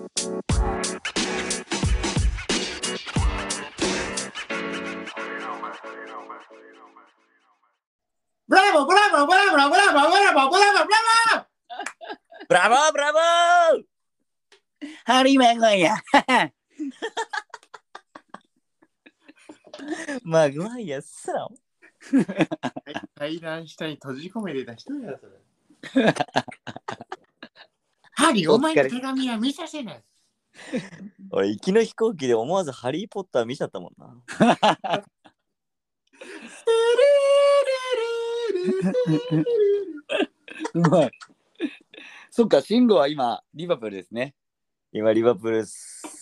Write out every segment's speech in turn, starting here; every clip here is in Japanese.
ブラボーブラボーブラボーブラボーブラボーブラボーブラボーブラボーブラボーブラボーハリマゴヤマグワイアさ階段下に閉じ込めてた人やそれ。ハリー、お前の手紙は見させない。 俺行きの飛行機で思わずハリーポッター見ちゃったもんな。 うまい。そっか、シンゴは今リバプールですね。 今リバプールです。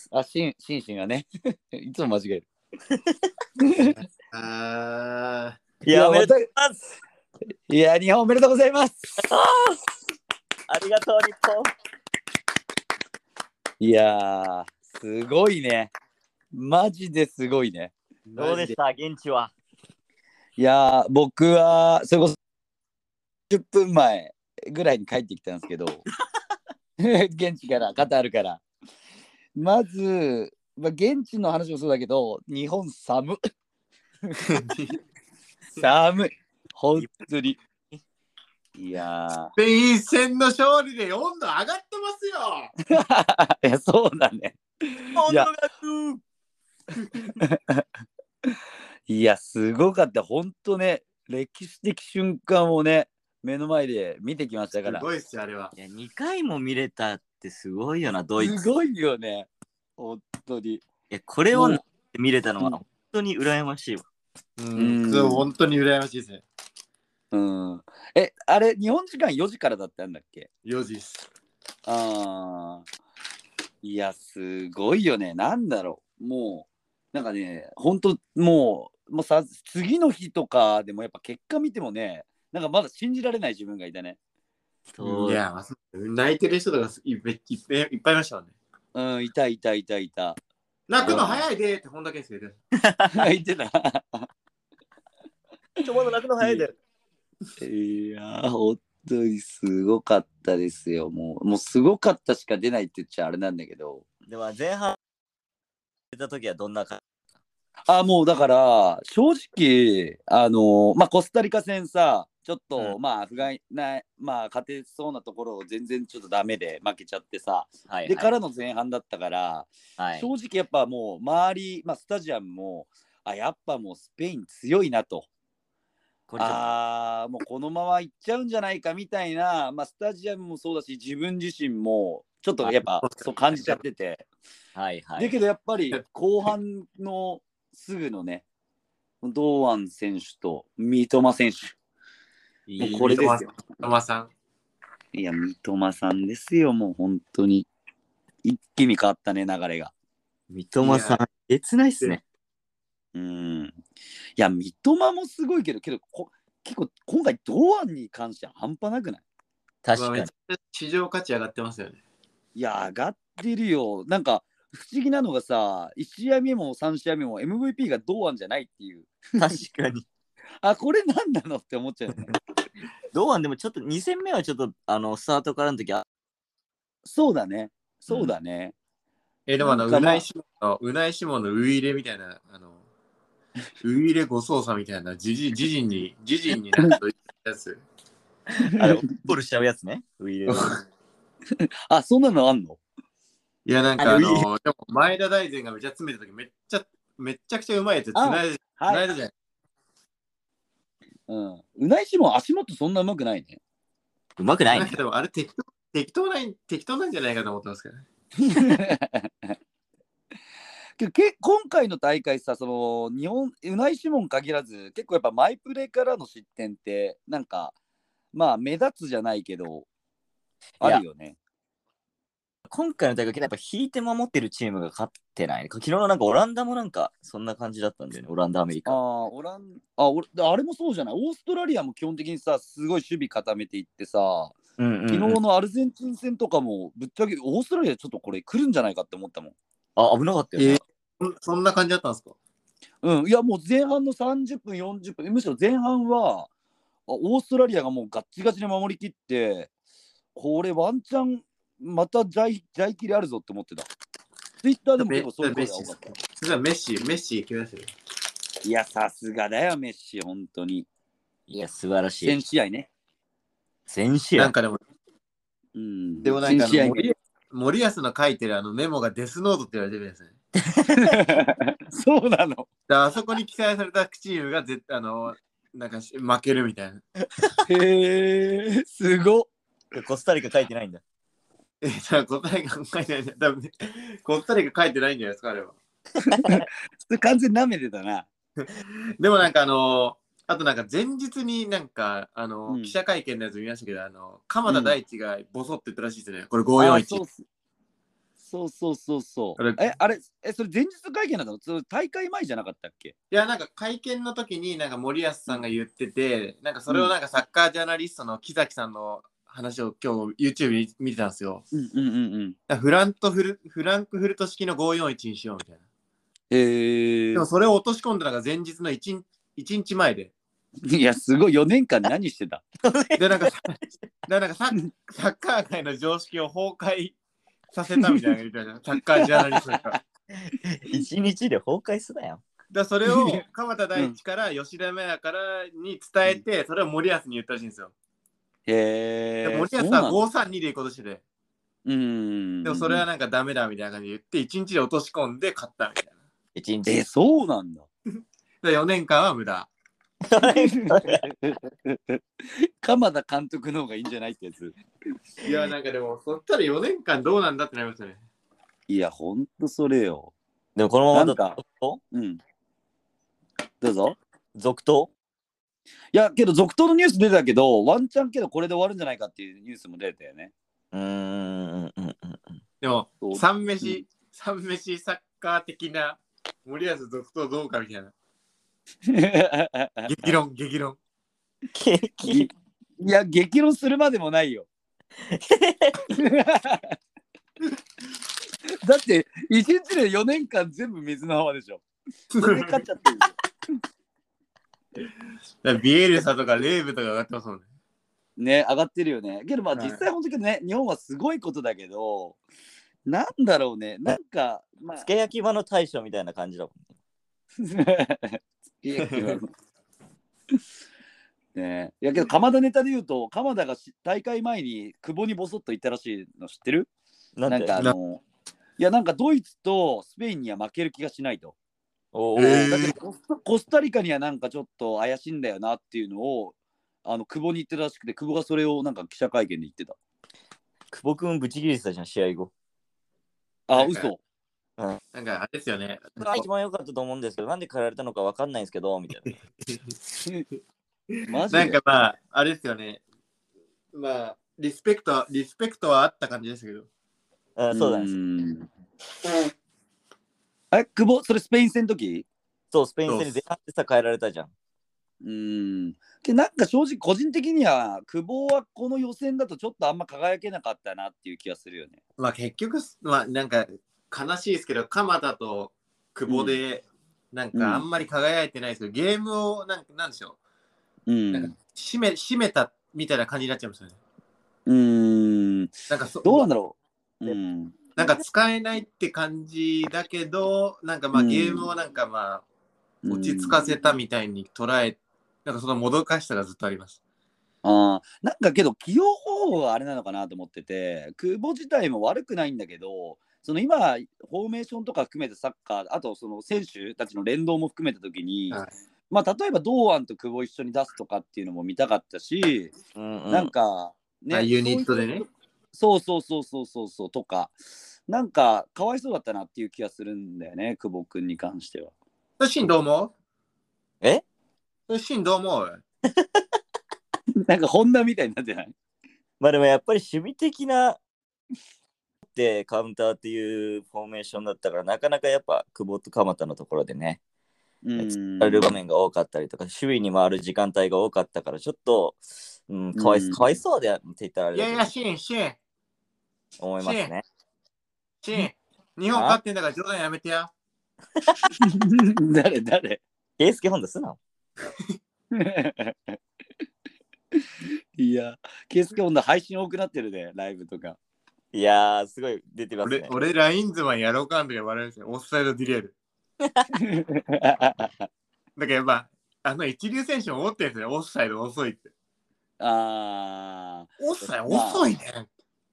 あ、シンがね。いつも間違える。 いや、おめでとうございます。 いや、日本おめでとうございます。 ありがとう、日本。 いやー、すごいね。マジですごいね。 どうでした現地は。 いやー、僕はそれこそ10分前ぐらいに帰ってきたんですけど現地からカタールからまず、現地の話もそうだけど日本寒寒い本当に。いやスペイン戦の勝利で温度上がってますよ。 いやそうだね。 温度がいやすごかった。本当ね、歴史的瞬間をね目の前で見てきましたから。 すごいっすよあれは。 いや2回も見れたってすごいよな、ドイツ。 すごいよね本当に。 いやこれを見れたのは本当に羨ましいわ。 そう本当に羨ましいですね。 あれ日本時間4時からだったんだっけ。 4時っす。 いやすごいよね。なんだろう、もうなんかね本当もうさ次の日とかでもやっぱ結果見てもねなんかまだ信じられない自分がいたね。 いや泣いてる人とかいっぱいいましたもんね。 いた。 泣くの早いでって本田圭佑で言ってたまだ泣くの早いで。 いや本当にすごかったですよ。もうすごかったしか出ないって言っちゃあれなんだけど。 では前半出た時はどんな感じ。 もうだから正直コスタリカ戦さちょっと、不甲斐ない勝てそうなところを全然ちょっとダメで負けちゃってさ、でからの前半だったから、正直やっぱもう周り、スタジアムもやっぱもうスペイン強いなと、もうこのままいっちゃうんじゃないかみたいな、スタジアムもそうだし自分自身もちょっとやっぱそう感じちゃってて、だけどやっぱり後半のすぐのね堂安選手と三笘選手、もうこれですよ。 三笘さん。 いや三笘さんですよ。もう本当に一気に変わったね流れが。 三笘さんえつないっすね。 いや三笘もすごいけど結構今回堂安に関しては半端なくない？ 確かに市場価値上がってますよね。 いや上がってるよ。なんか不思議なのがさ1試合目も3試合目も MVP が堂安じゃないっていう。 確かにこれ何なのって思っちゃうよね。 堂安でもちょっと2戦目はちょっとスタートからの時はそうだね。 でもうないしものウイイレみたいなウイイレ誤操作みたいな自陣になるというやつ。 ゴールしちゃうやつね。ウイイレそんなのあんの？ いやなんかでも前田大然がめちゃ詰めた時めっちゃくちゃうまいやつつないだじゃん。 うないしも足元そんなうまくないね。 うまくないね。 でもあれ適当なんじゃないかと思ってますけどね。 今回の大会さ、その日本うないしもん限らず結構やっぱマイプレーからの失点ってなんか目立つじゃないけどあるよね。 今回の大会やっぱ引いて守ってるチームが勝ってない。昨日のなんかオランダもなんかそんな感じだったんだよね。オランダアメリカ。 あれもそうじゃない。オーストラリアも基本的にさすごい守備固めていってさ、昨日のアルゼンチン戦とかもぶっちゃけオーストラリアちょっとこれ来るんじゃないかって思ったもん。 危なかったよね。 そんな感じだったんですか？ いやもう前半の30分40分むしろ前半はオーストラリアがもうガッチガチに守りきってこれワンチャンまたジャイキリあるぞって思ってた。ツイッターでも結構そういう声が多かった。 それはメッシ決めますよ。 いや、さすがだよ、メッシ、本当に。 いや、素晴らしい。 1000試合ね。 1000試合。 なんかでも、でもなんか森保の書いてるメモがデスノートって言われてるんですね。 そうなの。 あそこに記載されたチームがなんか負けるみたいな。 へえ、すごっ。 コスタリカ書いてないんだ。 コスタリカ書いてないんだ。多分ね、コスタリカ書いてないんじゃないですか、あれは。 完全に舐めてたな。 でもなんかあとなんか前日になんか記者会見のやつ見ましたけど、鎌田大地がボソって言ったらしいですね。これ541。 そう。あれそれ前日会見なの？それ大会前じゃなかったっけ？ いや、なんか会見の時になんか森保さんが言ってて、なんかそれをなんかサッカージャーナリストの木崎さんの話を今日 YouTube に見てたんですよ。フランクフルト式の541にしようみたいな。でもそれを落とし込んだのが前日の1日前で。 いや、すごい。4年間何してた？ で、なんかサッカー界の常識を崩壊させたみたいな言ってたじゃん。サッカージャーナリストが。 1日で崩壊すなよ。 それを鎌田大地から吉田麻也からに伝えて、それを森保に言ったらしいんですよ。で森保は532で行こうとしてて。でもそれはなんかダメだみたいな感じで言って、1日で落とし込んで勝ったみたいな。 1日。 そうなんだ。 4年間は無駄。 鎌田監督の方がいいんじゃないってやつ。 いや、なんかでも、そったら4年間どうなんだってなりましたね。 いや、ほんとそれよ。 でもこのままだと、 どうぞ。 続投？ いや、けど続投のニュース出たけど、ワンチャンけどこれで終わるんじゃないかっていうニュースも出たよね。 でも、三飯サッカー的な森保続投どうかみたいな。激論。 いや、激論するまでもないよ。だって1日で4年間全部水の泡でしょ。それで勝っちゃってる。ビエルサとかレーブとか上がってますもんね。 ね、上がってるよね。けどまあ実際本当にね、日本はすごいことだけど、なんだろうね、なんか、 まあ、つけ焼き場の大将みたいな感じだもんね。いやけど鎌田ネタで言うと、鎌田が大会前に久保にボソッと言ったらしいの知ってる？なんかいやなんかドイツとスペインには負ける気がしないと。だけどコスタリカにはなんかちょっと怪しいんだよなっていうのを久保に言ってたらしくて、久保がそれをなんか記者会見で言ってた。 久保君ブチ切れてたじゃん、試合後。 嘘。 なんかあれですよね。 一番良かったと思うんですけど、なんで変えられたのか分かんないんですけどみたいな。 なんかまああれですよね。まあリスペクトはあった感じですけど。 そうなんです。 久保それスペイン戦の時？ そう、スペイン戦に前半でさ変えられたじゃん。 なんか正直個人的には久保はこの予選だとちょっとあんま輝けなかったなっていう気がするよね。 まあ結局なんか悲しいですけど、鎌田と久保でなんかあんまり輝いてないですけど、ゲームをなんでしょう、なんか締めたみたいな感じになっちゃいましたね。なんかどうなんだろう。 なんか使えないって感じだけど、なんかまあゲームをなんかまあ落ち着かせたみたいに捉え、なんかそのもどかしさがずっとあります。 なんかけど起用方法はあれなのかなと思ってて、久保自体も悪くないんだけど、その今フォーメーションとか含めてサッカー、あとその選手たちの連動も含めた時に、まあ例えば堂安と久保一緒に出すとかっていうのも見たかったし、なんかね、ユニットでね、 そうとか、なんかかわいそうだったなっていう気がするんだよね、久保君に関しては。 シンどう思う？シンどう思う？ なんかホンダみたいになってない？ まあでもやっぱり守備的なでカウンターっていうフォーメーションだったから、なかなかやっぱ久保と鎌田のところでね、使われる場面が多かったりとか、守備に回る時間帯が多かったから、ちょっと、かわいそうでって言ったらあれだけど、 いやシン思いますね。 シン、日本勝ってんだから冗談やめてや。 誰ケイスケホンダすな。 いや、ケイスケホンダ配信多くなってるで、ライブとか。 いやー、すごい出てますね。 俺ラインズマンやろうかんとか笑うんですよ。オフサイドディレール。だからやっぱ、一流選手も思ってるんですよ。オフサイド遅いって。 あオフサイド遅いね。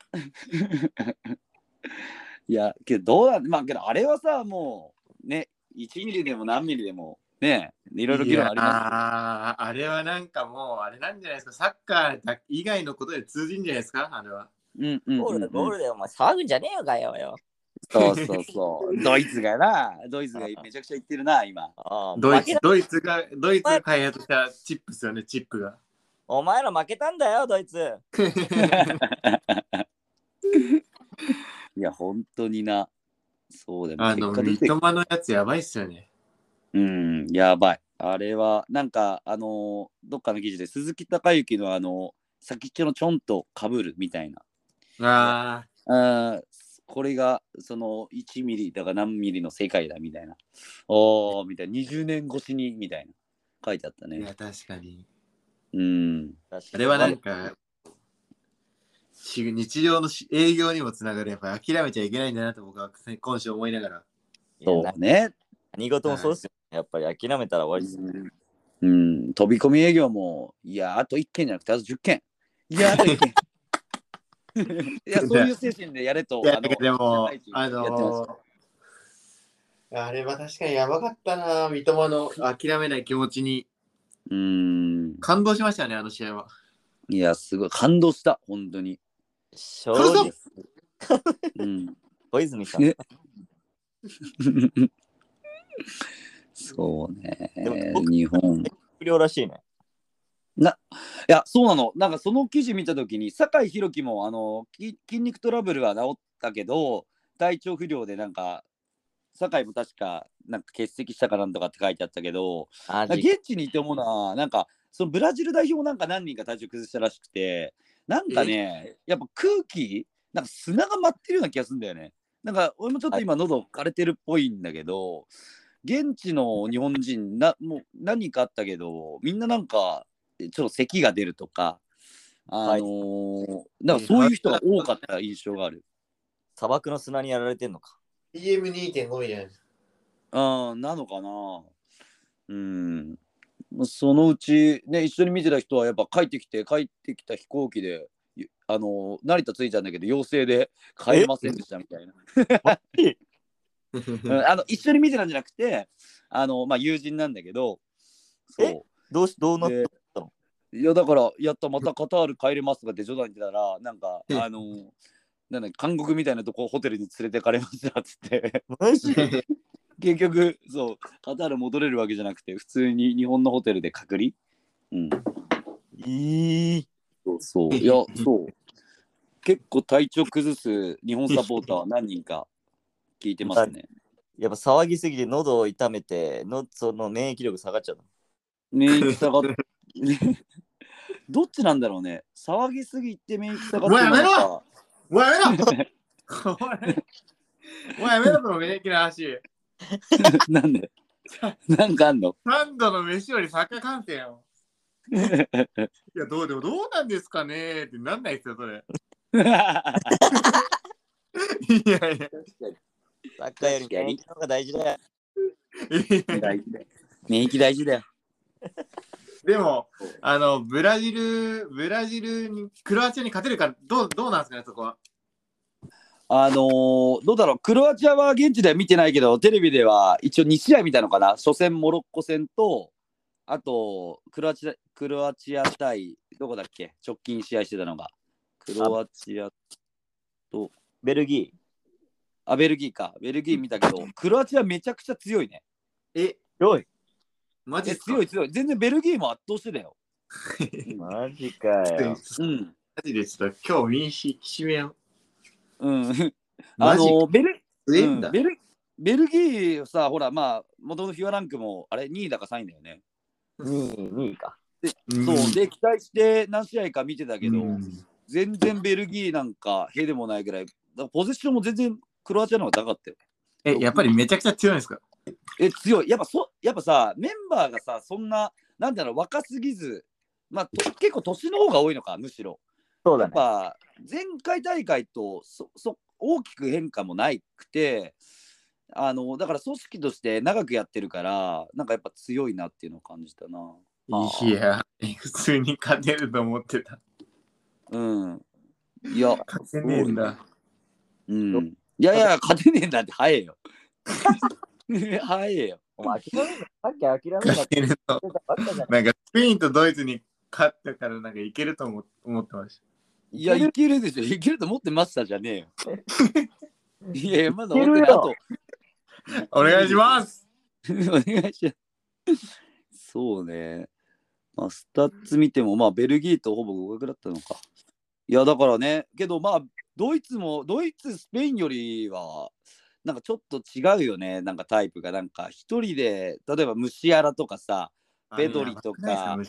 いや、けどどうだ、まあけどあれはさ、もうね、1ミリでも何ミリでもね、いろいろ議論あります。 あれはなんかもう、あれなんじゃないですか。サッカー以外のことで通じんじゃないですか、あれは。 ゴールでお前騒ぐんじゃねえよかよ。 そうそうそう。ドイツがめちゃくちゃ言ってるな、今。 ドイツが開発したチップですよね、チップが。 お前ら負けたんだよ、ドイツ。 いや、本当にな。そうだよ。 三笘のやつやばいっすよね。 やばい。あれは、なんか、どっかの記事で鈴木孝之の先っちょのちょんとかぶるみたいな。これがその1ミリだから何ミリの世界だみたいな。みたいな。20年越しにみたいな。書いてあったね。 いや、確かに。 あれはなんか、日常の営業にもつながる。やっぱ諦めちゃいけないんだなと僕は今週思いながら。 そうね。 何事もそうですよ。やっぱり諦めたら終わりですね。 飛び込み営業も、いや、あと1件じゃなくてあと10件。いや、あと1件。いや、そういう精神でやれと。 でも、あれは確かにやばかったな、三笘の諦めない気持ちに。感動しましたね、あの試合は。 いや、すごい、感動した、本当に。 正直。小泉さん。 そうね。日本。 不良らしいね。 いや、そうなの。なんかその記事見たときに、酒井宏樹も筋肉トラブルは治ったけど、体調不良でなんか、酒井も確かなんか欠席したかなんとかって書いてあったけど、現地にいてもなんか、そのブラジル代表もなんか何人か体調崩したらしくて、なんかね、やっぱ空気、なんか砂が舞ってるような気がするんだよね。なんか俺もちょっと今喉枯れてるっぽいんだけど、現地の日本人もう何人かあったけど、みんななんか、ちょっと咳が出るとか、なんかそういう人が多かった印象がある。 砂漠の砂にやられてんのか。 PM2.5 みたいな。なのかな。そのうちね、一緒に見てた人はやっぱ帰ってきた飛行機で、成田着いたんだけど、陽性で帰れませんでしたみたいな。一緒に見てたんじゃなくて、友人なんだけど、そうどうなったの？ いやだからやったまたカタール帰れますとかって冗談言ってたらなんかなんだ韓国みたいなとこホテルに連れてかれましたっつってマジ結局そうカタール戻れるわけじゃなくて普通に日本のホテルで隔離。そういやそう結構体調崩す日本サポーターは何人か聞いてますね。 やっぱ騒ぎすぎて喉を痛めてその免疫力下がっちゃうの。 免疫下がってどっちなんだろうね。騒ぎすぎて免疫下がってるのか。 もうやめろもうやめろこの免疫の話。 なんでなんかあんの 3度の飯よりサッカー観戦よ。いやどうなんですかねってなんないですよそれ。いやサッカーより免疫の方が大事だよ。 免疫大事だよ。 でもブラジルにクロアチアに勝てるかどうなんですかねそこは。 どうだろうクロアチアは現地では見てないけどテレビでは一応2試合見たのかな。初戦モロッコ戦とあとクロアチア対どこだっけ直近試合してたのがクロアチアとベルギー。ベルギー見たけどクロアチアめちゃくちゃ強いね。 強いマジ強い全然ベルギーも圧倒してたよ。 マジかよ。 マジでちょっと今日民主きしめよベルギーさほら元のフィアランクもあれ2位だか3位だよね。 2位か。 そうで期待して何試合か見てたけど、全然ベルギーなんかへでもないぐらいポゼッションも全然クロアチアの方が高かったよ。 やっぱりめちゃくちゃ強いんですか。 強いやっぱさメンバーがさそんななんだろう若すぎず結構年の方が多いのかむしろ。 そうだね。 やっぱ前回大会と大きく変化もないくて、だから組織として長くやってるから、なんかやっぱ強いなっていうのを感じたな。 いや、普通に勝てると思ってた。 うん。いや、 勝てねえんだ。 うん。いや、勝てねえんだって早えよ。早えよ。 お前諦めんな。さっき諦めんなって言ってたばっかじゃん。 なんかスペインとドイツに勝ったからなんかいけると思ってました。 いや、いけるでしょ。いけると思ってましたじゃねえよ。いや、まだ思ってない。あと、 お願いします。 お願いします。そうね。まあ、スタッツ見ても、まあ、ベルギーとほぼ互角だったのか。いや、だからね、けどまあ、ドイツ、スペインよりは、なんかちょっと違うよね。なんかタイプが。なんか一人で、例えばムシアラとかさ、ペドリとか、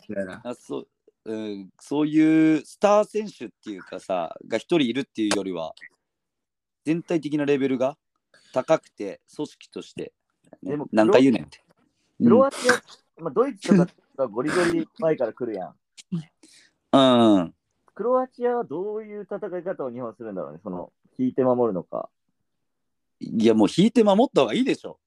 そういうスター選手っていうかさ、が一人いるっていうよりは、全体的なレベルが高くて、組織として、ね、何回言うねんって。 クロアチア、まあ、ドイツとかゴリゴリ前から来るやん。 うん。 クロアチアはどういう戦い方を日本するんだろうね。引いて守るのか。 いや、もう引いて守った方がいいでしょ。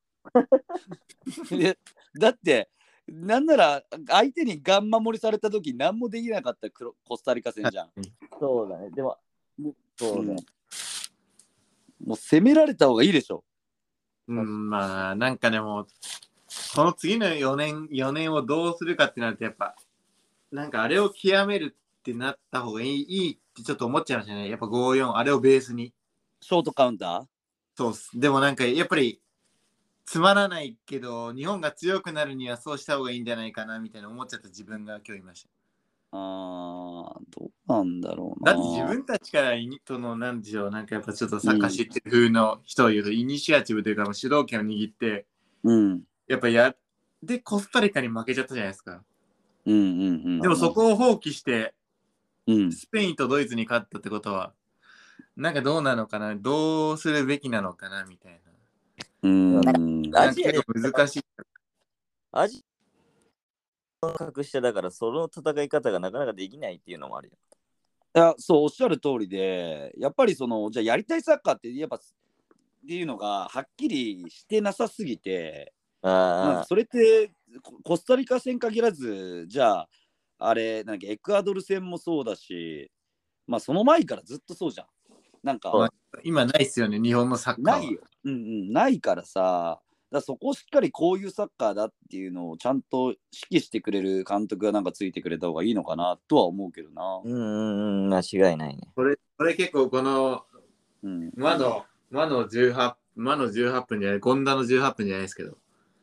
だって、なんなら相手にガン守りされた時何もできなかったコスタリカ戦じゃん。 そうだね。でも、そうね。 もう攻められた方がいいでしょ。 まあ、なんかでも、この次の4年をどうするかってなると、やっぱ、なんかあれを極めるってなった方がいいってちょっと思っちゃいましたね。やっぱ5-4、あれをベースに。 ショートカウンター？ そうっす。でもなんか、やっぱり、つまらないけど、日本が強くなるにはそうした方がいいんじゃないかなみたいな思っちゃった自分が今日いました。 どうなんだろうな。 だって自分たちからなんでしょう、なんかやっぱちょっとサッカー知ってる風の人を言うと、イニシアチブというか主導権を握って、やっぱでコスタリカに負けちゃったじゃないですか。でもそこを放棄して、スペインとドイツに勝ったってことは、なんかどうなのかな、どうするべきなのかなみたいな。 アジアで難しい。 アジアの格下だから、その戦い方がなかなかできないっていうのもあるよ。 いや、そう、おっしゃる通りで、やっぱりじゃあやりたいサッカーってやっぱっていうのがはっきりしてなさすぎて、それってコスタリカ戦限らず、じゃああれなんかエクアドル戦もそうだし、まあその前からずっとそうじゃん。なんか、 今ないっすよね、日本のサッカーは。 ないよ。ないからさ、そこをしっかりこういうサッカーだっていうのをちゃんと指揮してくれる監督がなんかついてくれた方がいいのかなとは思うけどな。 間違いないね。 これ結構この、魔の18分じゃない、ゴンダの18分じゃないですけど。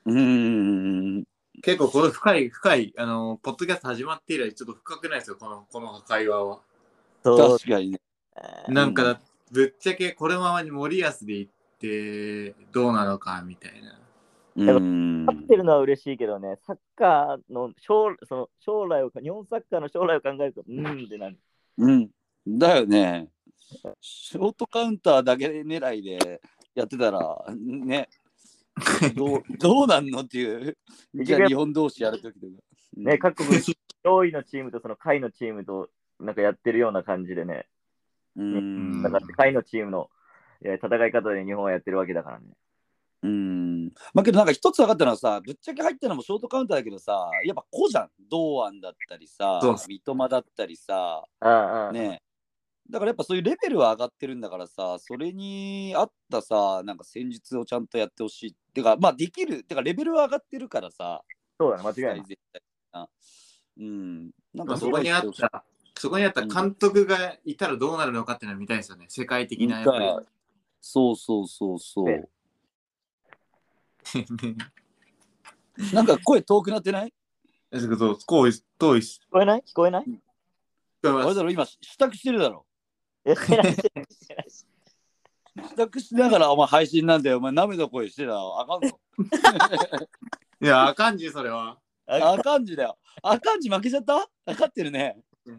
結構この深い、ポッドキャスト始まって以来ちょっと深くないですよ、この会話は。 確かにね。 なんか、ぶっちゃけこのままに森保でいってどうなのかみたいな。 勝ってるのは嬉しいけどね、サッカーの将来を、日本サッカーの将来を考えると、ってなる。 だよね。ショートカウンターだけ狙いでやってたら、ね、どうなんのっていう、じゃあ日本同士やるときとか。 ね、各国上位のチームとその下位のチームとなんかやってるような感じでね。だから下位のチームの戦い方で日本はやってるわけだからね。 まあけどなんか一つ分かったのはさ、ぶっちゃけ入ったのもショートカウンターだけどさ、やっぱ子じゃん。堂安だったりさ、三笘だったりさ、ね。だからやっぱそういうレベルは上がってるんだからさ、それに合ったさ、なんか戦術をちゃんとやってほしい。てか、まあできる、てかレベルは上がってるからさ。 そうだね、間違いない。 なんかそこにあった監督がいたらどうなるのかっていうのは見たいですよね。世界的なやっぱり。 そう。なんか声遠くなってない？ 遠いっす。 聞こえない？聞こえない？ あれだろ、今支度してるだろ。支度しながらお前配信なんだよ。お前涙声してたらあかんぞ。 いや、あかんじ、それは。 あかんじだよ。あかんじ負けちゃった？分かってるね。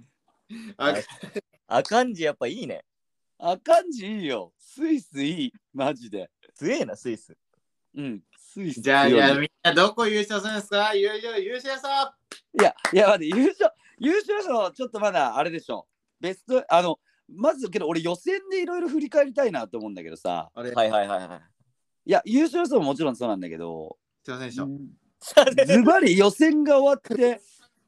あかんじやっぱいいね。 あかんじいいよ。スイスいい。マジで。 強えな、スイス。 スイス。 じゃあみんなどこ優勝するんですか？優勝さ。 いや、待って、優勝賞ちょっとまだあれでしょ。ベスト、 まずけど俺予選でいろいろ振り返りたいなと思うんだけどさ。 はいはいはいはい。 いや、優勝予想ももちろんそうなんだけど、 すいませんでした。 ズバリ予選が終わって、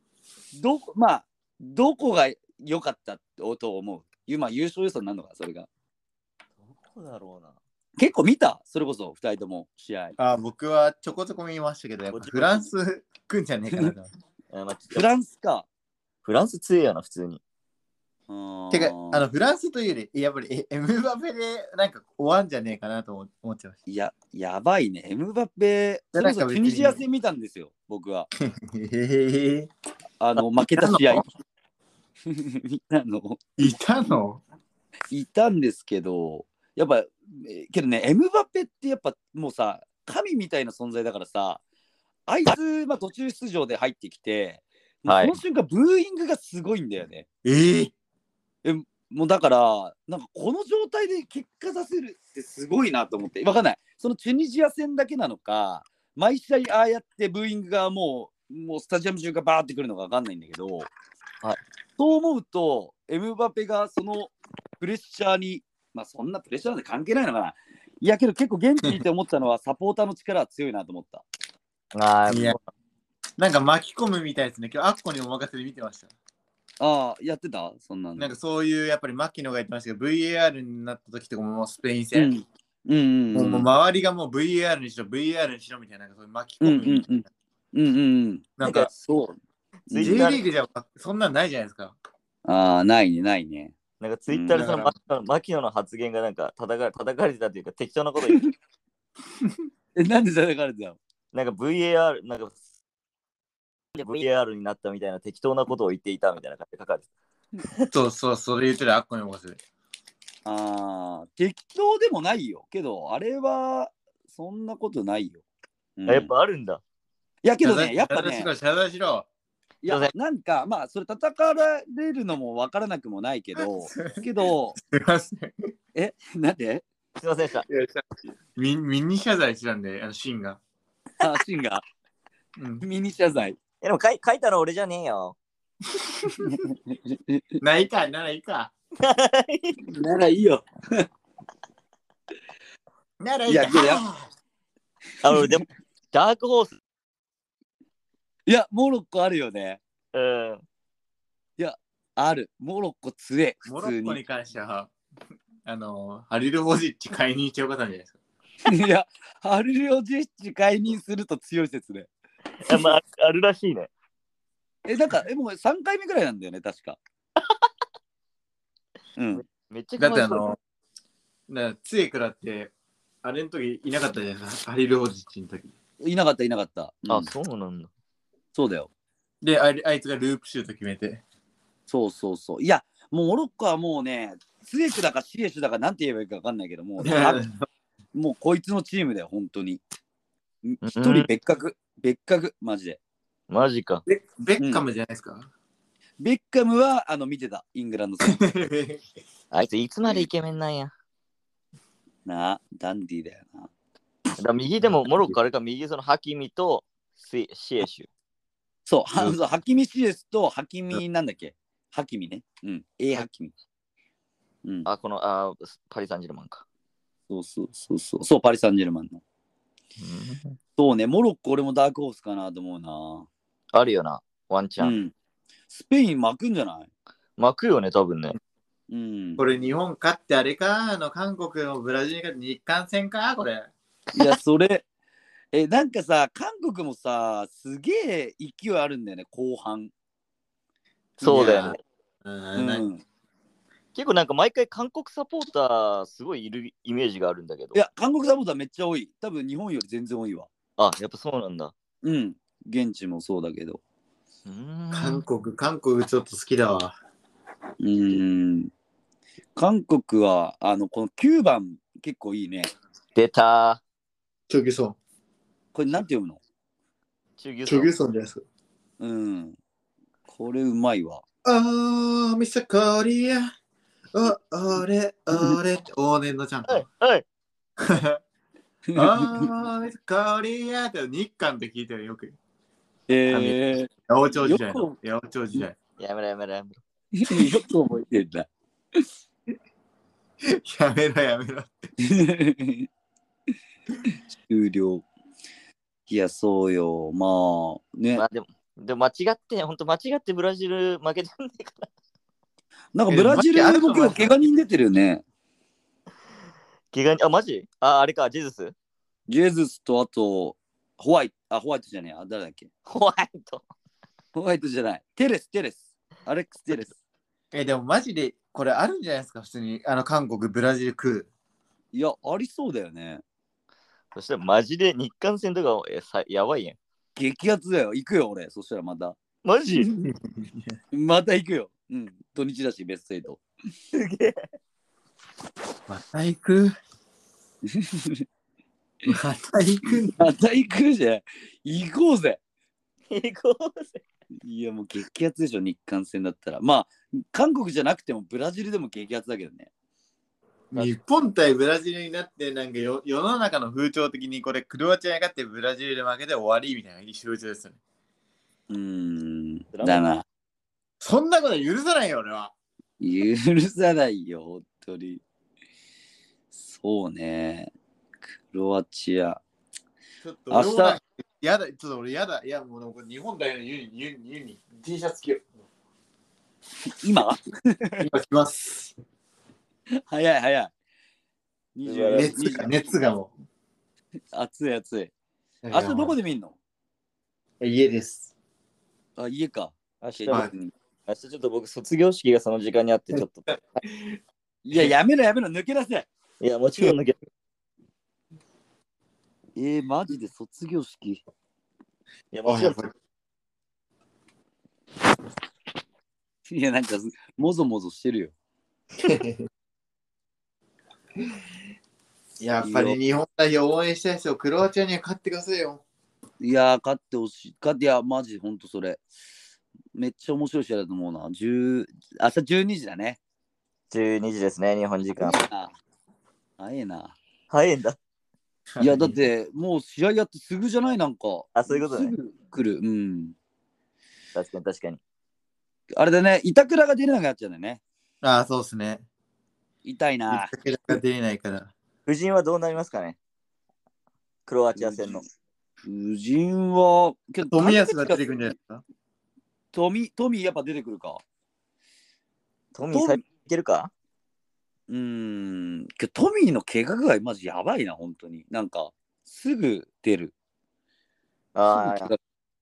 どこが良かったと思う？今、優勝予想になるのか、それが。 どこだろうな。 結構見た？それこそ2人とも試合。 僕はちょこちょこ見ましたけど、やっぱフランス来んじゃねえかなと。 フランスか。 フランス強いやな、普通に。 てか、フランスというより、やっぱりエムバペでなんか終わんじゃねえかなと思ってました。 いや、やばいね。エムバペ、それこそチュニジア戦見たんですよ、僕は。負けた試合。見たの？いたんですけど、やっぱ、けどね、エムバペってやっぱもうさ、神みたいな存在だからさ、あいつ、途中出場で入ってきて、その瞬間、ブーイングがすごいんだよね。もうだからなんかこの状態で結果出せるってすごいなと思って、分かんない、そのチュニジア戦だけなのか毎試合ああやってブーイングがもうスタジアム中がバーってくるのか分かんないんだけど、そう思うとエムバペがそのプレッシャーにそんなプレッシャーなんて関係ないのかな。いやけど結構現地にいて思ったのはサポーターの力は強いなと思った。 いやなんか巻き込むみたいですね。今日アッコにお任せで見てました。 やってたそんなの。 なんかそういうやっぱり牧野が言ってましたけど VAR になった時とかもスペイン戦、もう周りがもう VAR にしろ VAR にしろみたいな、そういう巻き込むみたいな。なんかそう J リーグじゃそんなんないじゃないですか。 ないね。 なんかツイッターでその牧野の発言がなんか叩かれてたというか適当なこと言ってなんで叩かれてたの？ なんか VAR なんかVAR になったみたいな適当なことを言っていたみたいな感じで書かれてそうそれ言ってるアッコにお任せで。 適当でもないよけどあれはそんなことないよ、 やっぱあるんだ。 いやけどねやっぱね謝罪しろ。 いやなんかそれ叩かられるのも分からなくもないけどなんで？ すいませんでした。 ミニ謝罪したんでシンがシンがミニ謝罪。 でも書いたの俺じゃねえよ。 ならいいか。ならいいよ。 ならいいか。 でもダークホース。 いやモロッコあるよね。 いやある。モロッコ強え。 モロッコに関してはハリル・ホジッチ解任してよかったんじゃないですか。 いやハリル・ホジッチ解任すると強い説ね。 あるらしいね。 なんかもう3回目ぐらいなんだよね確か。 めっちゃだってつえくらってあれの時いなかったじゃないですか。ハリル・ホジッチの時いなかった、 そうなんだ。 そうだよ。 であいつがループシュート決めて、 そういやもうモロッコはもうねツエクだかシエシュだかなんて言えばいいか分かんないけどもうもうこいつのチームだよ本当に。一人別格マジで。 マジか。 ベッカムじゃないですか。 ベッカムは見てたイングランド戦。 あいついつまでイケメンなんや。 ダンディだよな。 右でもモロッコあれか、右そのハキミとシエシュ。 そうハキミシエスとハキミなんだっけ、ハキミね。ハキミ。 このパリ・サンジェルマンか。 そうパリ・サンジェルマンの。そうね、モロッコ俺もダークホースかなと思うな。 あるよな、ワンチャン。 スペイン巻くんじゃない？ 巻くよね、多分ね。 これ日本勝ってあれか、韓国のブラジルに勝って日韓戦か、これ。 いや、それ、なんかさ、韓国もさ、すげえ勢いあるんだよね、後半。 そうだよね。結構なんか毎回韓国サポーターすごいいるイメージがあるんだけど。 いや、韓国サポーターめっちゃ多い。多分日本より全然多いわ。 やっぱそうなんだ。 現地もそうだけど。 韓国ちょっと好きだわ。 韓国はこの9番結構いいね。 出たー。チョギソン。 これなんて読むの？ チョギソンじゃないですか。 これうまいわ。 ミスターコリア。俺って往年のちゃんと。 はい。 ミスターコリアって日韓で聞いてるよく。八百長時代。 やめろ。 よく覚えてんだ。 やめろやめろ。 終了。いや、そうよ。まあ、ね。 まあでも間違って、本当間違ってブラジル負けちゃうんだから。 なんかブラジルも今日怪我人出てるよね。 怪我人、あ、マジ？あれか、ジェズス？ ジェズスとあと、ホワイトじゃねえ。あ、誰だっけ？ ホワイト。 ホワイトじゃない。テレス。アレックス・テレス。 でもマジでこれあるんじゃないですか、普通に。韓国、ブラジル食う。 いや、ありそうだよね。 そしたらマジで日韓戦とかやばいやん。 激アツだよ。行くよ、俺。そしたらまた。 マジ？ また行くよ。うん。土日だし、ベスト8。 すげえ。 また行くまた行くまた行くじゃん。行こうぜ。 行こうぜ。 いや、もう激アツでしょ、日韓戦だったら。まあ、韓国じゃなくてもブラジルでも激アツだけどね。 日本対ブラジルになって、なんか世の中の風潮的にこれ、クロアチアに勝ってブラジルで負けて終わりみたいな風潮ですよね。 だな。 そんなこと許さないよ、俺は。 許さないよ、本当に。そうね。クロアチア。 ちょっと俺もなんかやだ、ちょっと俺やだ。いや、もうこれ日本代表のユニ、T シャツ着よう。 今今着ます。 早い。 熱がもう。暑い。 う。 明日どこで見んの？ 家です。 あ、家か。 明日ちょっと僕卒業式がその時間にあってちょっと。 いや、やめろ、抜け出せ。 いや、もちろん抜け。 マジで卒業式。 いや、もちろん。 いや、なんか、もぞもぞしてるよ。 やっぱり日本代表応援したいですよ。クロアチアには勝ってくださいよ。 いや、勝ってほしい。いや、マジ、ほんとそれ。めっちゃ面白い試合だと思うな。朝12時だね。 12時ですね、日本時間。 早いな。 早いんだ。 いや、だって、もう試合やってすぐじゃない？なんか。 あ、そういうことね。 すぐ来る。うん。 確かに。 あれだね、板倉が出れなくなっちゃうんだよね。 ああ、そうっすね。 痛いな。 板倉が出れないから。 夫人はどうなりますかね？クロアチア戦の。 夫人は、 冨安が出てくるんじゃないですか？ トミーやっぱ出てくるか。 トミー最近いけるか？ トミーの怪我がマジやばいな、本当に。なんか、すぐ出る。 ああ、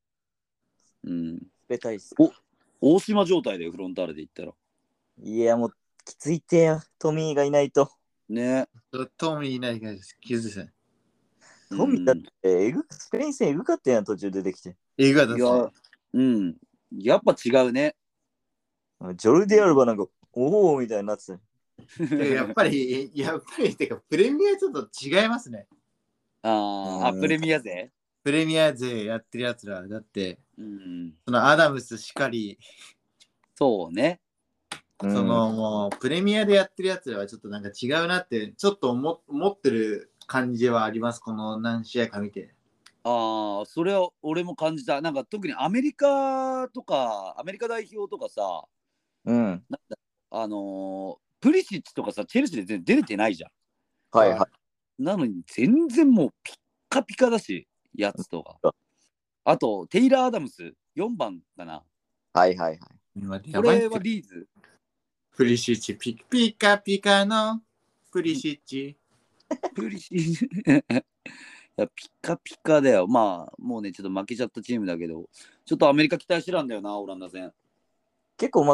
冷たいっす。 大島状態でフロンターレで言ったら。 いや、もうきついってや、トミーがいないと。 ね。 トミーいないから気づいてない。 トミーだってスペイン戦エグかったやん、途中出てきて。 エグかったっすね。やっぱ違うね。 ジョルディアルバなんか、おおみたいになってた。やっぱり、てか、プレミアちょっと違いますね。 プレミア勢？ プレミア勢やってるやつら。だって、そのアダムスしかり。 そうね。 もう、プレミアでやってるやつらはちょっとなんか違うなって、ちょっと思ってる感じはあります。この何試合か見て。 それは俺も感じた。なんか特にアメリカ代表とかさ、プリシッチとかさ、チェルシーで全然出れてないじゃん。 はいはい。 なのに全然もうピッカピカだし、やつとか。あと、テイラー・アダムス、4番かな。 はいはいはい。 これはリーズ。 プリシッチ、ピカピカのプリシッチ。 プリシッチ。いやピカピカだよ。まあ、もうね、ちょっと負けちゃったチームだけど、ちょっとアメリカ期待してたんだよな、オランダ戦。 結構、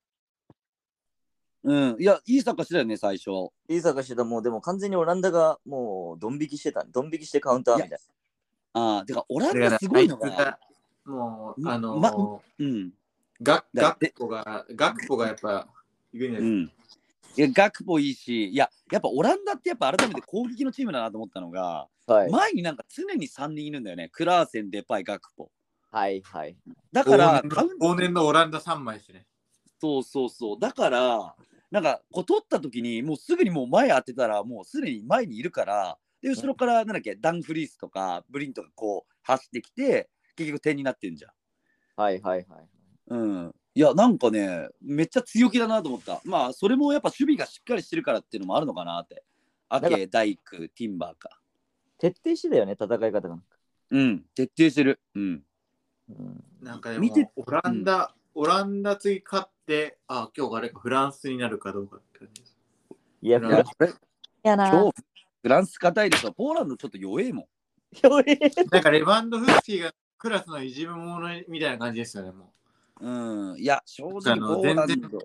いや、いいサッカーしてたよね、最初。 いいサッカーしてた。もう、でも完全にオランダがもう、ドン引きしてカウンターみたいな。てか、オランダすごいのが、 もう、ガクポがやっぱ、いくんじゃないですか。 いや、ガクポいいし、やっぱオランダってやっぱ改めて攻撃のチームだなと思ったのが、前になんか常に3人いるんだよね。クラーセン、デパイ、ガクポ。 はいはい。 だから、 往年のオランダ3枚ですね。 そう。だから、なんか、取った時に、もうすぐにもう前当てたら、もうすでに前にいるから、で、後ろから、なんだっけ、ダンフリースとか、ブリントがこう、走ってきて、結局点になってんじゃん。 はい。 いや、なんかね、めっちゃ強気だなと思った。まあ、それもやっぱ守備がしっかりしてるからっていうのもあるのかなって。アケ、大工、ティンバーか。 徹底してたよね、戦い方が。 うん、徹底してる。うん。 なんかでも、オランダ次勝って、今日あれか、フランスになるかどうかって感じです。 いや、 これ、今日、フランス硬いでしょ。ポーランドちょっと弱えもん。 なんかレバンドフスキーがクラスのいじめ者みたいな感じですよね、もう。うん。いや、正直ポーランド。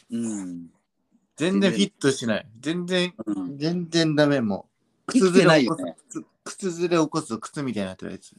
全然フィットしない。全然ダメもう。 靴ずれないよね。 靴ずれ起こす靴みたいになってるやつ。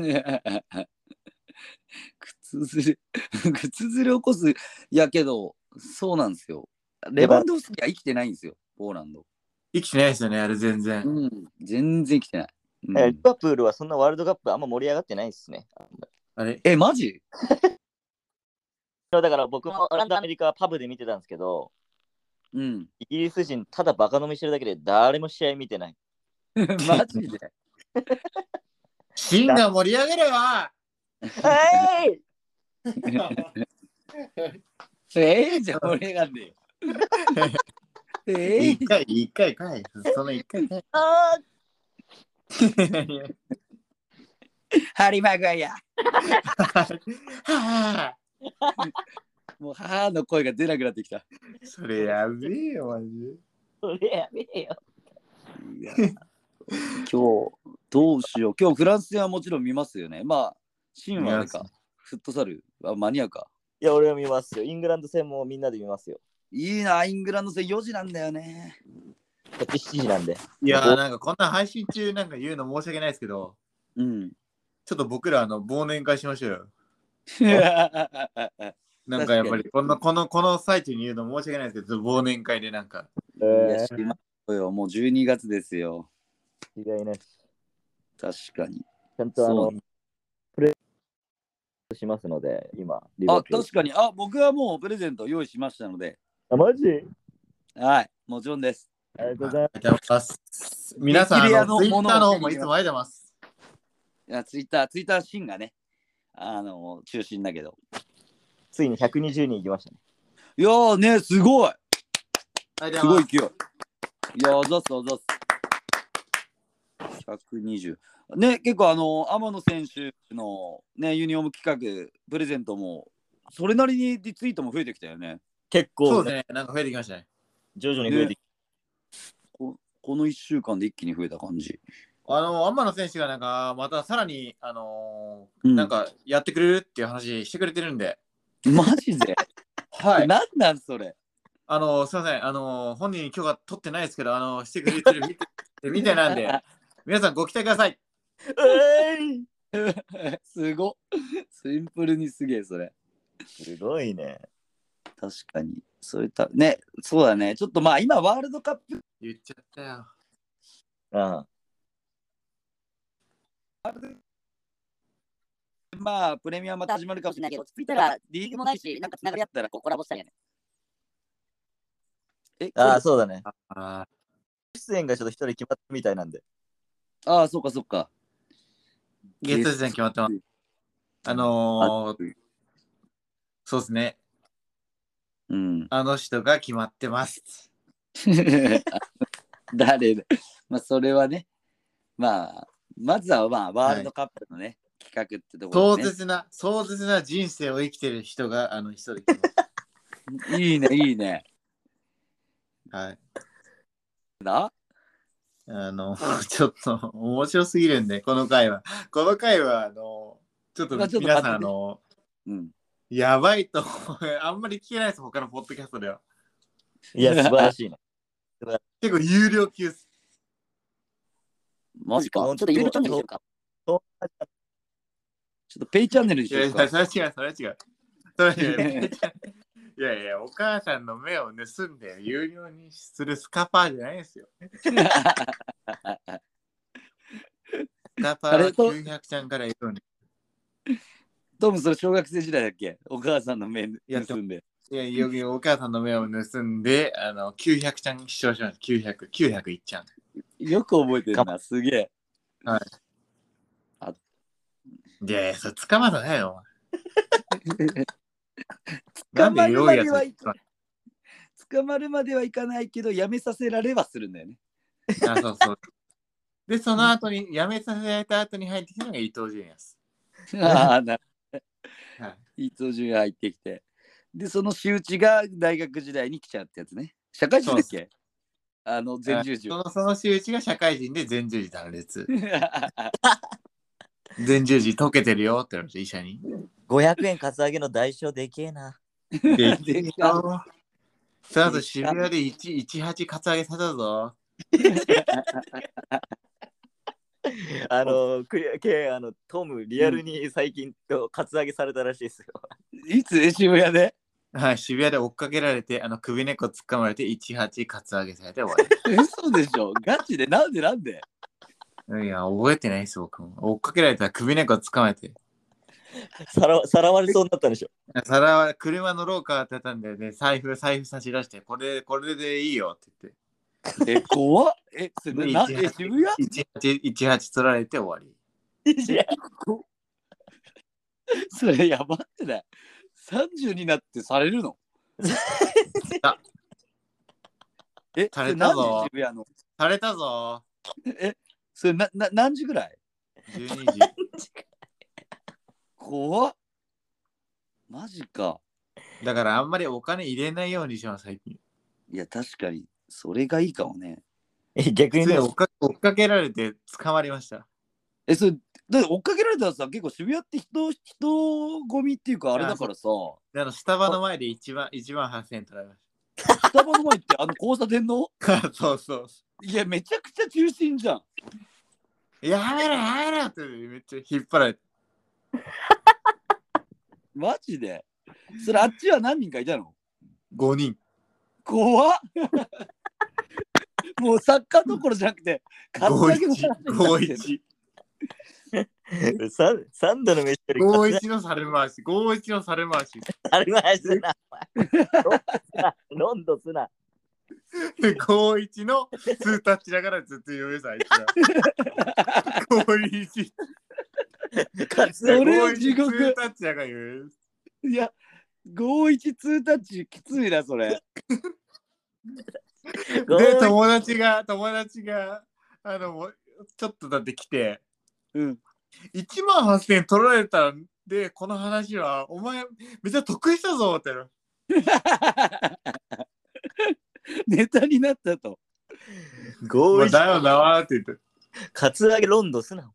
靴ずれ起こす。いやけど、そうなんですよ。レバンドフスキは生きてないんですよ、ポーランド。 生きてないですよね、あれ全然。 全然生きてない。 リバプールはそんなワールドカップあんま盛り上がってないですね。 あれマジだから僕もオランダ、アメリカはパブで見てたんですけど、イギリス人ただバカ飲みしてるだけで誰も試合見てない。 マジで芯が盛り上げればじゃあ盛り上がんねえよ。 一回かい。その一回かい。 ハリマグアや。もう母の声が出なくなってきた。 それやべえよ、マジで。 それやべえよ。 いや今日、どうしよう。今日フランス戦はもちろん見ますよね。まあ、シンはあれか。フットサルは間に合うか。 いや、俺は見ますよ。イングランド戦もみんなで見ますよ。 いいな、イングランド戦4時なんだよね。 こっち7時なんで。 いやー、なんかこんな配信中なんか言うの申し訳ないですけど、ちょっと僕ら忘年会しましょうよ。なんかやっぱりこの最中に言うの申し訳ないですけど、忘年会でなんか。 いや、しましょうよ。もう12月ですよ。 違いない。 確かに。 ちゃんとプレゼントしますので、今。 確かに。僕はもうプレゼント用意しましたので。 マジ？ はい、もちろんです。 ありがとうございます。皆さん、ツイッターの方もいつもありがとうございます。 いや、ツイッターシーンがね、中心だけど。 ついに120人いきましたね。 いやーね、すごい。すごい勢い。いやー、ざっす。120。ね、結構天野選手のね、ユニフォーム企画、プレゼントも、それなりにリツイートも増えてきたよね。 結構、 そうですね、なんか増えてきましたね。 徐々に増えてきた。この1週間で一気に増えた感じ。 天野選手がなんか、またさらに、なんかやってくれるっていう話してくれてるんで。 マジではい。 なんそれ。 すいません、本人に許可取ってないですけど、してくれてるみたいなんで、皆さんご期待ください。 すごシンプルにすげえ、それ。 すごいね。 確かに。そういったね、そうだね。ちょっとまあ今ワールドカップ言っちゃったよ。 まあプレミアムまた始まるかもしれないけど、ついたらリーグもないし、なんかつながりあったらコラボしたいよね。 そうだね。出演がちょっと一人決まったみたいなんで。 そうか。 ゲスト出演決まってます。そうですね。あの人が決まってます。 誰だ。まあそれはね、まずはワールドカップのね、企画ってところで、ね。壮絶な人生を生きてる人が人でいいね。 はい。 ちょっと面白すぎるんで、この回は、ちょっと皆さん、やばいと、あんまり聞けないです、他のポッドキャストでは。 いや、素晴らしいね。 結構有料級っす。 マジか。ちょっと有料チャンネルにしようか。ちょっとペイチャンネルにしようか。 それは違う。いや、お母さんの目を盗んで有料にするスカパーじゃないですよ。スカパーは900ちゃんから言うに。 トム、それ小学生時代だっけ？お母さんの目盗んで。 いや、お母さんの目を盗んで、900ちゃん視聴しました。901ちゃん。 よく覚えてるな、すげえ。 はい。いや、それ捕まらないよ。 捕まるまではいか捕まるまではいかないけど、やめさせられはするんだよね。 あ、そうそう。で、その後に、辞めさせられた後に入ってきたのが伊藤純也です。 ああ、なるほど。 はい、 伊藤純也入ってきて。で、その仕打ちが大学時代に来ちゃうってやつね。社会人だっけ？前十字。 その仕打ちが社会人で前十字断裂。前十字溶けてるよって言われて医者に。 500円カツアゲの代償でけえな。 でけえよ。その後渋谷で18カツアゲされたぞ。 トム、リアルに最近カツアゲされたらしいですよ。 いつ渋谷で？ はい、渋谷で追っかけられて、首根っこ掴まれて18カツアゲされて終わり。 嘘でしょ？ガチで？なんでいや、覚えてないです、僕も。追っかけられたら首根っこ掴まれて。 さらわれそうになったんでしょ。 車乗ろうかって言ったんで、ね、財布差し出して、これでいいよって言って。 怖っ。それ渋谷 18取られて終わり。 いや、 それやばってない。30になってされるの？ されたぞ。 渋谷の？ されたぞ。 それ何時ぐらい ？12時。 怖っ。マジか。 だからあんまりお金入れないようにします、最近。 いや、確かに、それがいいかもね。 逆にね、 追っかけられて捕まりました。 それ、だって追っかけられたらさ、結構渋谷って人混みっていうかあれだからさ。 スタバの前で1万8000円取られました。 スタバの前って交差点のそうそう。 いや、めちゃくちゃ中心じゃん。 やめろってめっちゃ引っ張られて。 マジで？それあっちは何人かいたの ？5人。 怖っ。もうサッカーどころじゃなくて、 5-1。 3度の飯より 5-1の猿回し。5-1の猿回し。 猿回しすな。ロンドすな。 5-1の2タッチだからずっと言うさ、あいつら。5-1。 それは地獄。 2タッチだから言う。 いや、5-1-2タッチきついな、それ。 で、友達がちょっとだって来て、1万8000円取られたんで、この話はお前めっちゃ得したぞってネタになったと。 だよなーって言って。 カツアゲロンドすな。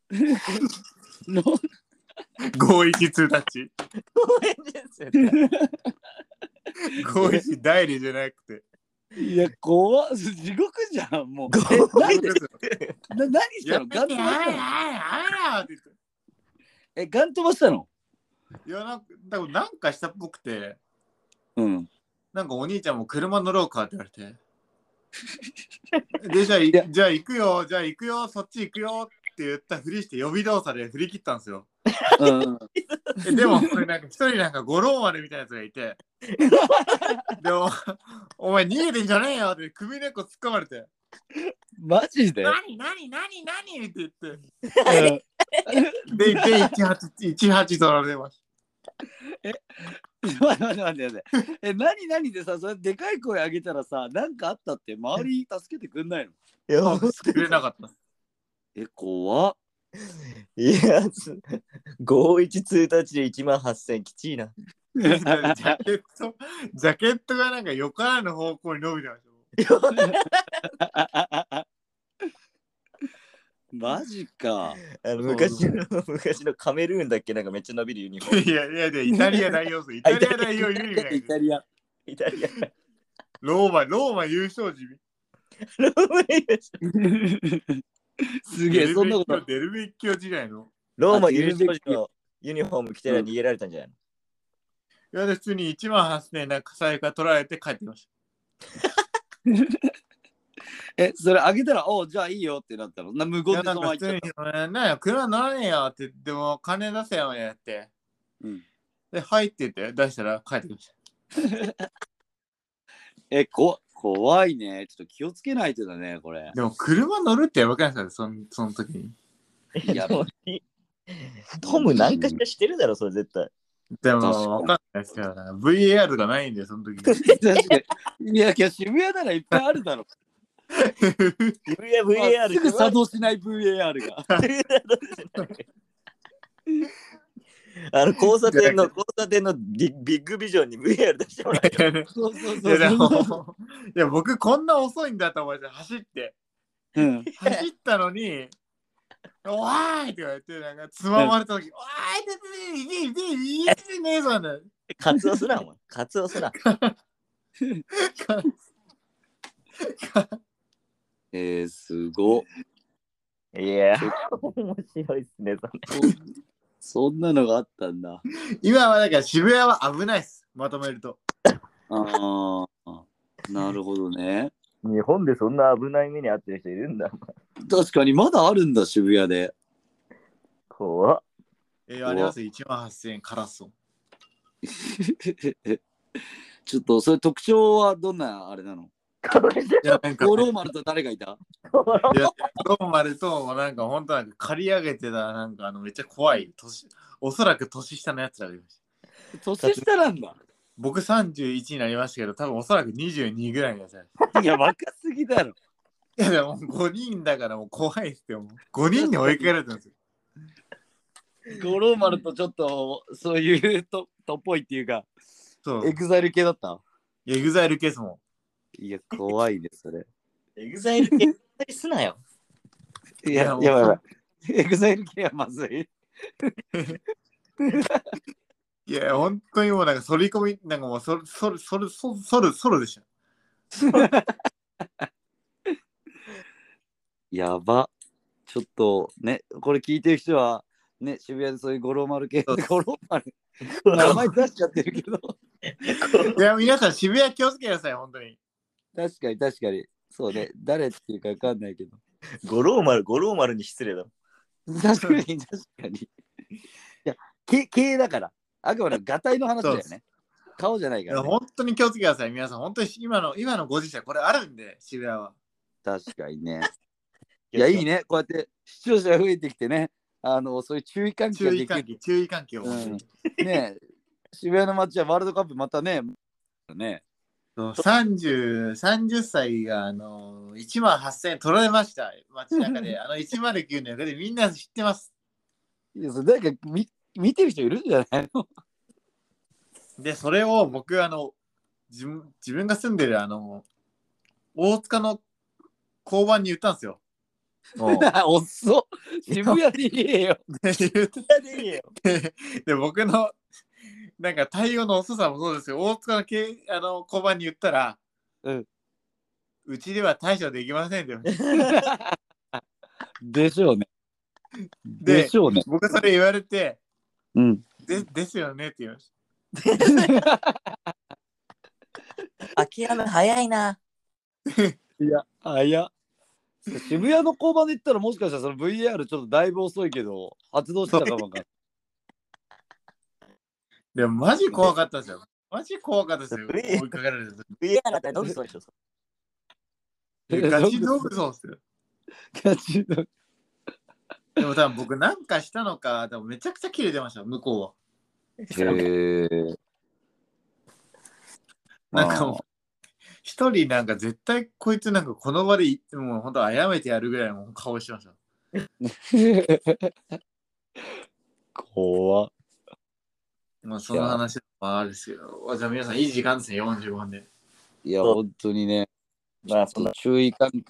5-1-2タッチ。5-1代理じゃなくて。 いや、怖っ。地獄じゃん、もう。何したの？ガン飛ばしたの？ガン飛ばしたの？ いや、なんかしたっぽくて。なんかお兄ちゃんも車乗ろうかって言われて。で、じゃあ行くよ、そっち行くよって言ったふりして予備動作で振り切ったんですよ。でもこれ一人五郎丸みたいなやつがいて、でもお前逃げてんじゃねえよって首根っこ突っ込まれて、 マジで？ 何って言って、で18取られました。 待って何でさ、それでかい声上げたらさ、なんかあったって周り助けてくんないの？ いや、助けてくれなかった。 怖っ。 いや、5-1-2タッチで1万8000円きちいな。 ジャケットが横からの方向に伸びてました。 マジか。 昔のカメルーンだっけ、めっちゃ伸びるユニフォーム。 いや、イタリア代表ユニフォーム。 イタリア。 ローマ優勝時。 すげえ、そんなこと。 デルベッキオ時代の。 ローマ優勝時のユニフォーム着てら逃げられたんじゃないの？いや、普通に1万8000円財布が取られて帰ってきました。 それあげたら、じゃあいいよってなったの？無言でそのまま言っちゃった。 車乗らねえよって言っても、金出せよやって。で、入ってて、出したら帰ってきました。 怖いね。ちょっと気をつけないとだね、これ。 でも、車乗るってやばくないですか？その時に。 いや、トム何かしらしてるだろ、それ絶対。 でも、わかんないですから、VAR がないんで、その時。 確かに。いや、渋谷ならいっぱいあるだろ。 渋谷 VAR すぐ作動しない VAR が。 交差点のビッグビジョンに VR 出してもらえる。 そうそういや、 そう。 でも、いや、僕こんな遅いんだと思って走って、 うん、 走ったのに、おーいって言われて、なんかつままれた時、おーいってねえぞなんだよ。 カツオすな、お前。カツオすな。 すご。 いや、面白いっすね、 そんなのがあったんだ。 今はだから渋谷は危ないっす、まとめると。 ああ、なるほどね。 日本でそんな危ない目に遭ってる人いるんだ。 確かにまだあるんだ、渋谷で。 怖っ。 あります、18000円カラソン。 ちょっとそれ特徴はどんなあれなの？ いや、なんか、 五郎丸と誰がいた？ いや、五郎丸と、なんか本当なんか借り上げてた、なんかめっちゃ怖い、おそらく年下のやつらがいました。 年下なんだ。 僕31になりましたけど、多分おそらく22ぐらいのやつら。 いや、若すぎだろ。 いや、でも5人だからもう怖いっすよ。5人に追いかけられてるんですよ。 五郎丸とちょっとそういうとっぽいっていうか、 そう。 エグザイル系だった？ エグザイルケースも。 いや、怖いですそれ。 エグザイル系すなよ。 いや、やばい。エグザイル系はまずい。 いや、本当にもうなんか反り込み、なんかもうそるでした。 やば。ちょっとね、これ聞いてる人は、ね、渋谷でそういう五郎丸系で五郎丸、名前出しちゃってるけど。 いや、皆さん渋谷気をつけてください、本当に。 確かに確かに。そうね、誰っていうか分かんないけど。 五郎丸に失礼だ。 確かに確かに。いや、系だから。あくまでガタイの話だよね。顔じゃないから、ね。 本当に気をつけてください、皆さん。本当に今のご時世、これあるんで、渋谷は。 確かにね。いや、いいね。こうやって視聴者が増えてきてね。そういう注意喚起ができる。 注意喚起を。 ね、渋谷の街はワールドカップまたね。 30歳が18000円取られました。街中で。109の中でみんな知ってます。 いや、それ誰か見てる人いるんじゃないの？ で、それを僕、自分が住んでる大塚の交番に言ったんですよ。 おっそ渋谷で言えよ。 で、僕のなんか対応の遅さもそうですよ。大塚の交番に言ったら、うちでは対処できませんって。 でしょうね。でしょうね。 僕それ言われて、ですよねって言いました。 諦め早いな。 いや、早っ。渋谷の交番で言ったらもしかしたらその VR ちょっとだいぶ遅いけど発動してたかもか。 でもマジ怖かったですよ。マジ怖かったですよ。追いかけられて。 VR だったらどうでしょう。 ガチドグソですよ。 ガチドグ。 でも多分僕なんかしたのか、多分めちゃくちゃキレてました、向こうは。なんかもう一人なんか絶対こいつなんかこの場でもう本当あやめてやるぐらいの顔してました。 怖っ。 まあその話もあるですけど、じゃあ皆さんいい時間ですね、45分で。 いや本当にね、まあその注意喚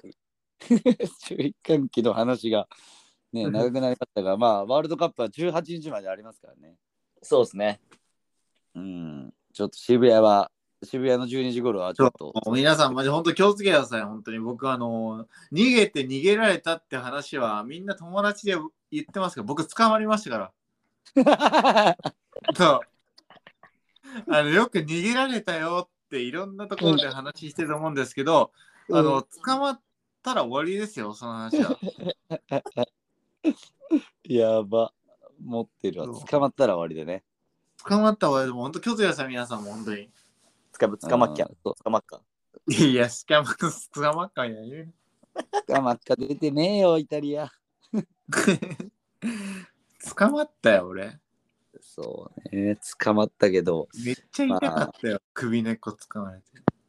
起の話がね長くなりましたが、まあワールドカップは18日までありますからね。 そうですね。 ちょっと渋谷の12時頃はちょっと。 皆さん、マジ本当気をつけてください。本当に僕逃げられたって話はみんな友達で言ってますけど、僕捕まりましたから。そう。よく逃げられたよっていろんなところで話してると思うんですけど、捕まったら終わりですよ、その話は。 やば。持ってるわ。捕まったら終わりでね。 捕まったら終わりでも本当気をつけてください、皆さんも本当に。 捕まっか。 いや、捕まっかいない。 捕まっか出てねえよ、イタリア。 捕まったよ、俺。 そうね、捕まったけど。 めっちゃ痛かったよ、首根っこ捕まれて。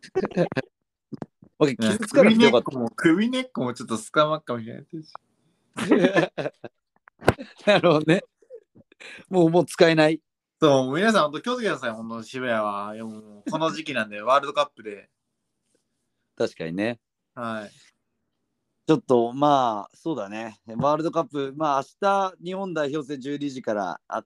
傷つかなくてよかった。 首根っこもちょっと捕まっかもしれないし。 なるほどね。もう使えない。 そう、皆さん、本当気をつけてください、本当渋谷は。いやもうこの時期なんで、ワールドカップで。 確かにね。 はい。 ちょっとまあ、そうだね。ワールドカップ、まあ明日、日本代表戦12時からあって、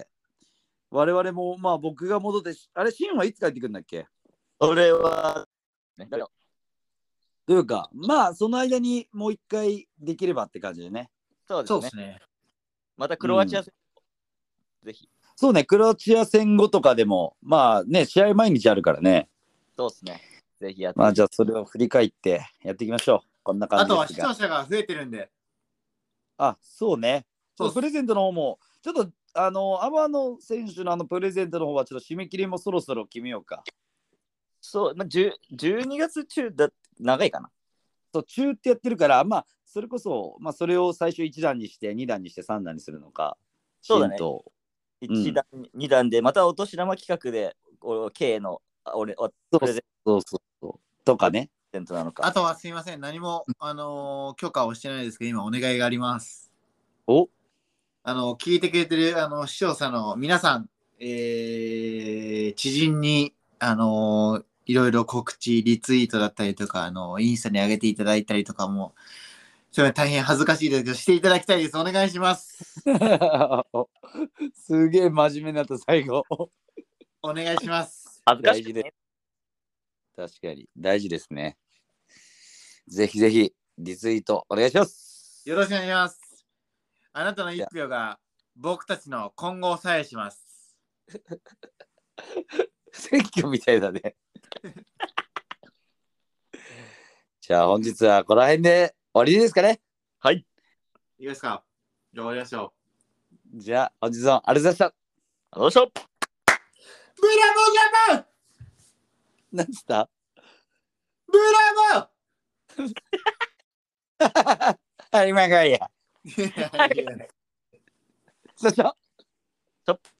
我々も、まあ僕が戻って、あれ、シンはいつ帰ってくるんだっけ？ 俺は、ね、 というか、まあその間にもう一回できればって感じでね。 そうですね。またクロアチア戦、ぜひ。 そうね、クロアチア戦後とかでも、まあね、試合毎日あるからね。 そうですね。ぜひやって。 まあじゃあそれを振り返ってやっていきましょう。こんな感じですが。 あとは視聴者が増えてるんで。 あ、そうね。そう、プレゼントの方も、ちょっと、天野選手のプレゼントの方は、ちょっと締め切りもそろそろ決めようか。 そう、まあ、12月中だ、長いかな。 そう、中ってやってるから、まあ、それこそ、まあ、それを最初1段にして、2段にして、3段にするのか。 そうだね。1段、2段で、またお年玉企画で、K の、プレゼント。そう。とかね。 あとはすいません、何も、許可をしてないですけど、今お願いがあります。 お聞いてくれてる視聴者の皆さん、知人に、いろいろ告知、リツイートだったりとか、インスタに上げていただいたりとかも、それ大変恥ずかしいですけど、していただきたいです。お願いします。 すげえ真面目になった、最後。 お願いします。 恥ずかしいね。 確かに、大事ですね。ぜひぜひ、リツイートお願いします。 よろしくお願いします。あなたの一票が僕たちの今後を左右します。 選挙みたいだね。じゃあ本日はこの辺で終わりですかね。 はい。 いいですか。じゃあ終わりましょう。じゃあ本日はありがとうございました。 ありがとうございました。 ブラボージャパン。 何つった？ ブラボーはい、今がいいや。 いやいやいやそうしよう。